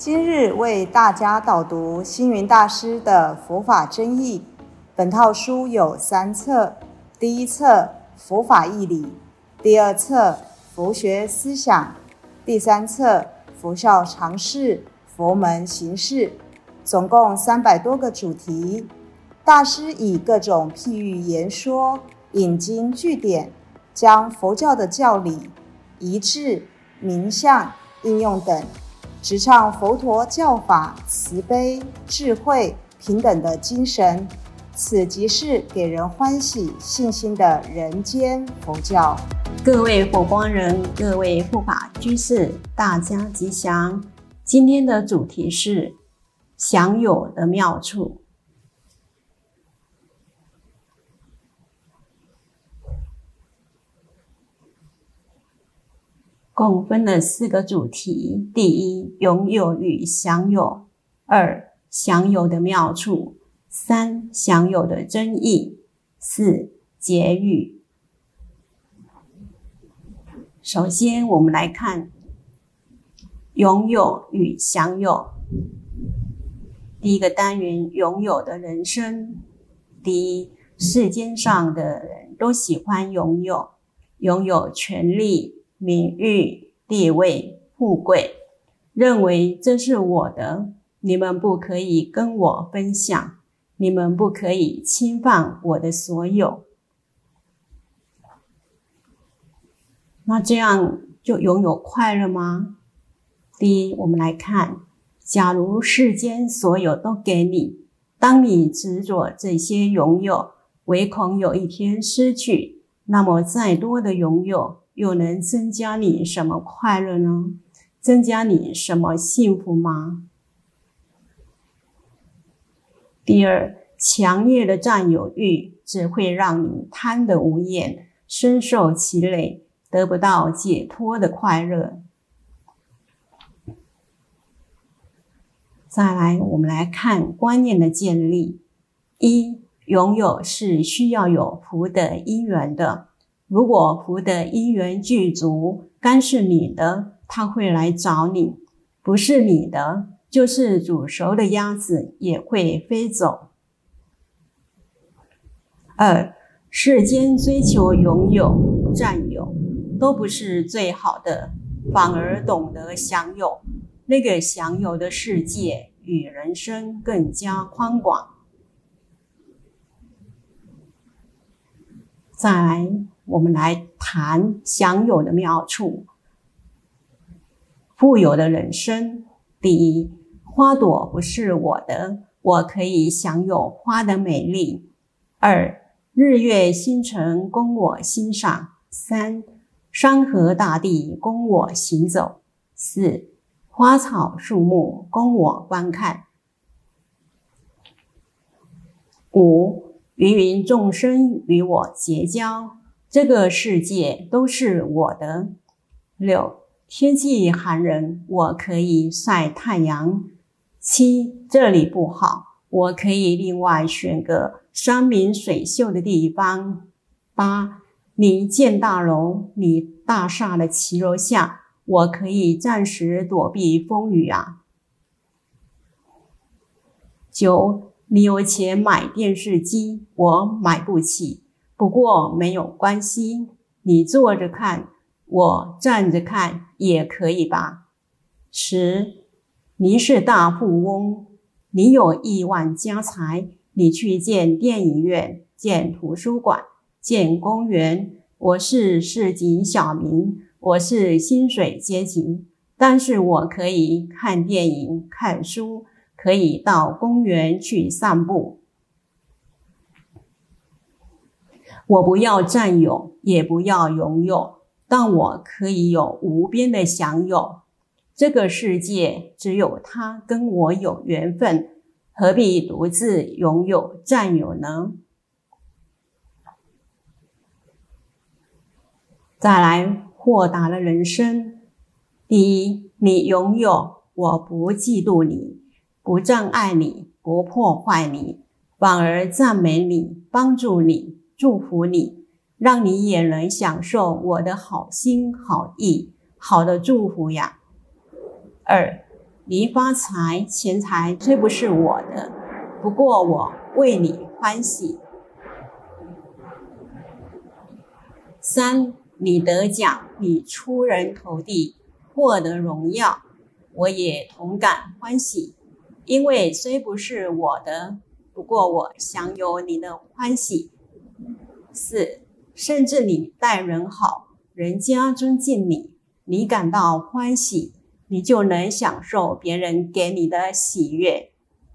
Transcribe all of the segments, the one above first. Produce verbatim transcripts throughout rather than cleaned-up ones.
今日为大家导读星云大师的佛法真义。本套书有三册：第一册佛法义理，第二册佛学思想，第三册佛教常识、佛门行事，总共三百多个主题。大师以各种譬喻言说，引经据典，将佛教的教理、仪制、名相、应用等，直唱佛陀教法慈悲、智慧、平等的精神，此即是给人欢喜信心的人间佛教。 各位佛光人，各位护法居士，大家吉祥。今天的主题是享有的妙处。共分了四个主题：第一，拥有与享有；二，享有的妙处；三，享有的真义；四，结语。首先，我们来看拥有与享有。第一个单元，拥有的人生。第一，世间上的人都喜欢拥有，拥有权力、名誉、地位、富贵，认为这是我的，你们不可以跟我分享，你们不可以侵犯我的所有。那这样就拥有快乐吗？第一，我们来看，假如世间所有都给你，当你执着这些拥有，唯恐有一天失去，那么再多的拥有又能增加你什么快乐呢？增加你什么幸福吗？第二，强烈的占有欲只会让你贪得无厌，深受其累，得不到解脱的快乐。再来，我们来看观念的建立。一，拥有是需要有福德因缘的。如果福德因缘具足，该是你的，他会来找你；不是你的，就是煮熟的鸭子也会飞走。二，世间追求拥有、占有，都不是最好的，反而懂得享有，那个享有的世界与人生更加宽广。再来，我们来谈享有的妙处。富有的人生。第一，花朵不是我的，我可以享有花的美丽。二，日月星辰供我欣赏。三，山河大地供我行走。四，花草树木供我观看。五，芸芸众生与我结交，这个世界都是我的。六，天气寒冷，我可以晒太阳。七，这里不好，我可以另外选个山明水秀的地方。八，你建大楼，你大厦的骑楼下，我可以暂时躲避风雨啊。九，你有钱买电视机，我买不起，不过没有关系，你坐着看，我站着看也可以吧。十，你是大富翁，你有亿万家财，你去建电影院、建图书馆、建公园，我是市井小民，我是薪水阶级，但是我可以看电影、看书，可以到公园去散步。我不要占有，也不要拥有，但我可以有无边的享有。这个世界只有他跟我有缘分，何必独自拥有占有呢？再来，豁达的人生。第一，你拥有，我不嫉妒你，不障碍你，不破坏你，反而赞美你，帮助你，祝福你，让你也能享受我的好心好意，好的祝福呀。二， 你发财，钱财虽不是我的，不过我为你欢喜。三，你得奖，你出人头地，获得荣耀，我也同感欢喜，因为虽不是我的，不过我享有你的欢喜。四，甚至你待人好，人家尊敬你，你感到欢喜，你就能享受别人给你的喜悦。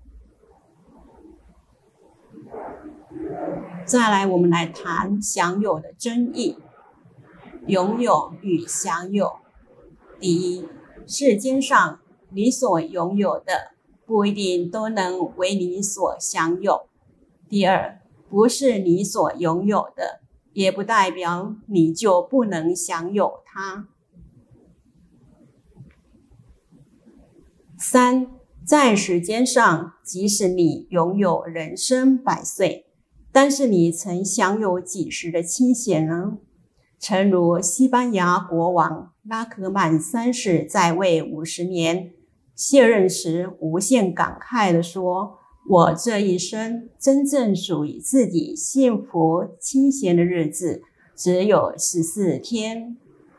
再来，我们来谈享有的真义。拥有与享有。第一，世间上你所拥有的不一定都能为你所享有。第二，不是你所拥有的，也不代表你就不能享有它。三，在时间上，即使你拥有人生百岁，但是你曾享有几时的清闲呢？诚如西班牙国王拉克曼三世在位五十年，卸任时无限感慨地说：“我这一生真正属于自己幸福清闲的日子只有十四天。”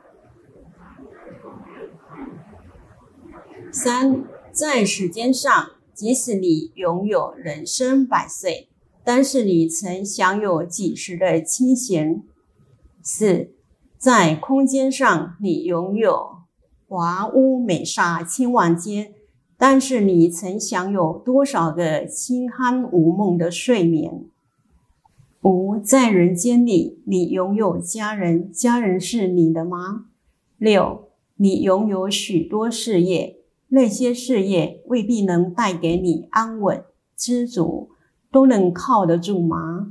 三，在时间上，即使你拥有人生百岁，但是你曾享有几时的清闲。四，在空间上，你拥有华屋美厦千万间，但是你曾享有多少个清酣无梦的睡眠？五，在人间里，你拥有家人，家人是你的吗？六，你拥有许多事业，那些事业未必能带给你安稳、知足，都能靠得住吗？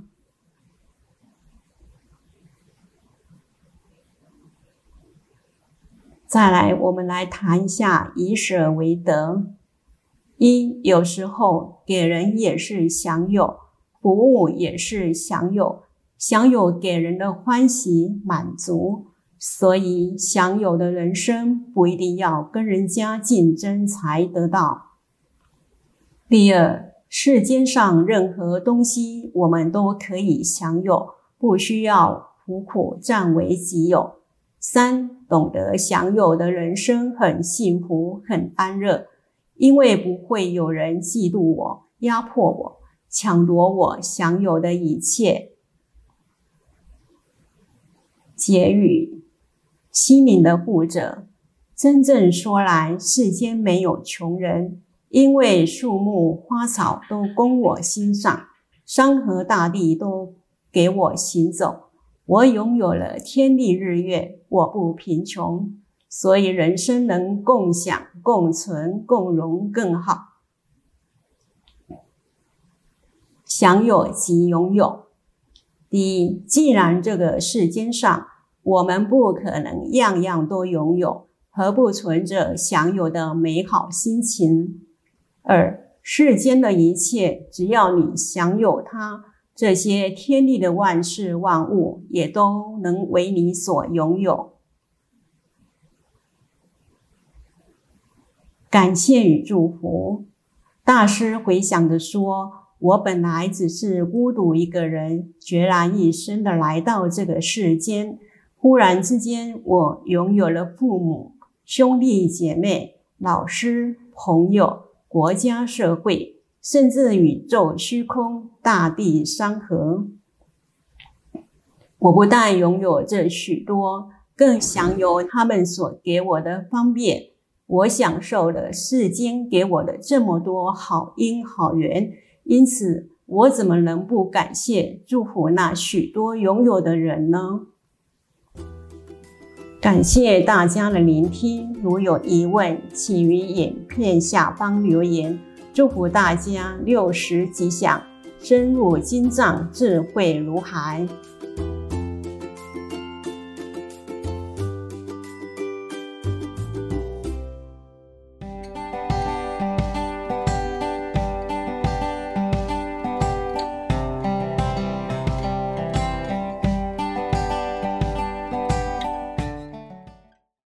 再来，我们来谈一下以舍为得。一，有时候给人也是享有，服务也是享有，享有给人的欢喜满足，所以享有的人生不一定要跟人家竞争才得到。第二，世间上任何东西我们都可以享有，不需要苦苦占为己有。三，懂得享有的人生很幸福，很安乐，因为不会有人嫉妒我、压迫我、抢夺我享有的一切。结语：心灵的富者，真正说来，世间没有穷人，因为树木花草都供我欣赏，山河大地都给我行走。我拥有了天地日月，我不贫穷，所以人生能共享、共存、共荣更好。享有即拥有。第一，既然这个世间上我们不可能样样都拥有，何不存着享有的美好心情？二，世间的一切，只要你享有它，这些天地的万事万物也都能为你所拥有。感谢与祝福。大师回想着说，我本来只是孤独一个人，孑然一身的来到这个世间，忽然之间我拥有了父母、兄弟姐妹、老师、朋友、国家社会，甚至宇宙虚空、大地山河。我不但拥有这许多，更享有他们所给我的方便。我享受了世间给我的这么多好因好缘，因此我怎么能不感谢祝福那许多拥有的人呢？感谢大家的聆听，如有疑问，请于影片下方留言。祝福大家六十吉祥，深入经藏，智慧如海。